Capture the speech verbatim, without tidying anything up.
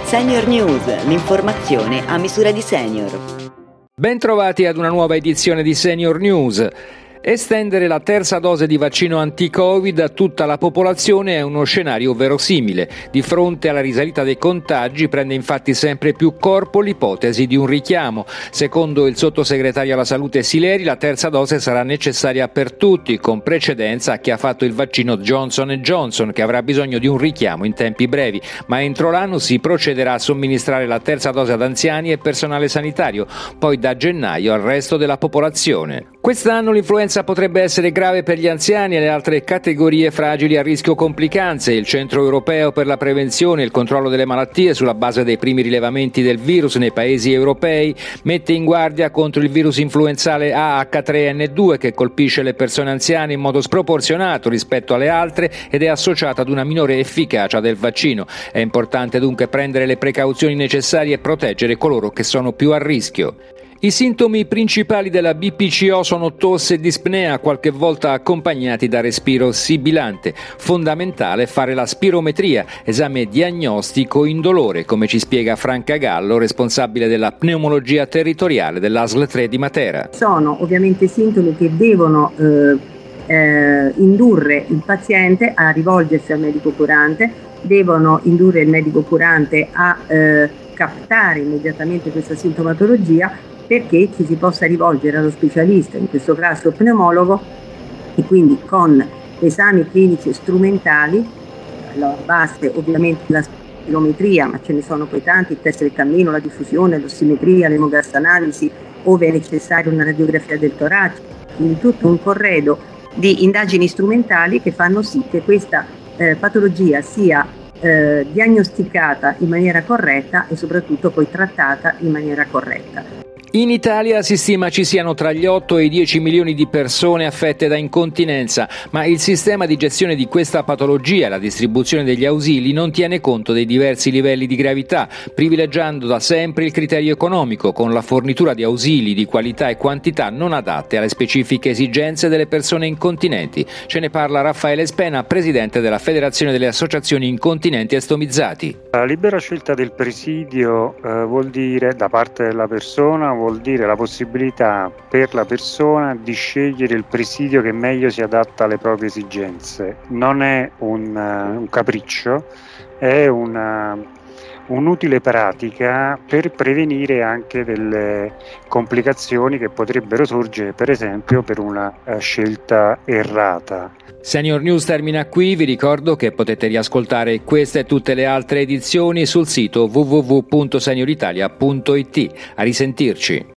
Senior News, l'informazione a misura di senior. Bentrovati ad una nuova edizione di Senior News. Estendere la terza dose di vaccino anti-Covid a tutta la popolazione è uno scenario verosimile. Di fronte alla risalita dei contagi prende infatti sempre più corpo l'ipotesi di un richiamo. Secondo il sottosegretario alla salute Sileri, la terza dose sarà necessaria per tutti, con precedenza a chi ha fatto il vaccino Johnson and Johnson, che avrà bisogno di un richiamo in tempi brevi, ma entro l'anno si procederà a somministrare la terza dose ad anziani e personale sanitario, poi da gennaio al resto della popolazione. Quest'anno l'influenza potrebbe essere grave per gli anziani e le altre categorie fragili a rischio complicanze. Il Centro Europeo per la Prevenzione e il Controllo delle Malattie, sulla base dei primi rilevamenti del virus nei paesi europei, mette in guardia contro il virus influenzale A H tre N due che colpisce le persone anziane in modo sproporzionato rispetto alle altre ed è associata ad una minore efficacia del vaccino. È importante dunque prendere le precauzioni necessarie e proteggere coloro che sono più a rischio. I sintomi principali della B P C O sono tosse e dispnea, qualche volta accompagnati da respiro sibilante. Fondamentale fare la spirometria, esame diagnostico indolore, come ci spiega Franca Gallo, responsabile della pneumologia territoriale dell'A S L tre di Matera. Sono ovviamente sintomi che devono eh, eh, indurre il paziente a rivolgersi al medico curante, devono indurre il medico curante a eh, captare immediatamente questa sintomatologia, perché ci si possa rivolgere allo specialista, in questo caso pneumologo, e quindi con esami clinici strumentali, alla base ovviamente la spirometria, ma ce ne sono poi tanti, il test del cammino, la diffusione, l'ossimetria, l'emogastanalisi, ove è necessaria una radiografia del torace, quindi tutto un corredo di indagini strumentali che fanno sì che questa eh, patologia sia eh, diagnosticata in maniera corretta e soprattutto poi trattata in maniera corretta. In Italia si stima ci siano tra gli otto e i dieci milioni di persone affette da incontinenza, ma il sistema di gestione di questa patologia e la distribuzione degli ausili non tiene conto dei diversi livelli di gravità, privilegiando da sempre il criterio economico, con la fornitura di ausili di qualità e quantità non adatte alle specifiche esigenze delle persone incontinenti. Ce ne parla Raffaele Spena, presidente della Federazione delle Associazioni Incontinenti e Stomizzati. La libera scelta del presidio eh, vuol dire, da parte della persona, vuol dire la possibilità per la persona di scegliere il presidio che meglio si adatta alle proprie esigenze. Non è un, uh, un capriccio, è una, un'utile pratica per prevenire anche delle complicazioni che potrebbero sorgere, per esempio, per una uh, scelta errata. Senior News termina qui, vi ricordo che potete riascoltare questa e tutte le altre edizioni sul sito w w w punto senior italia punto i t. A risentirci.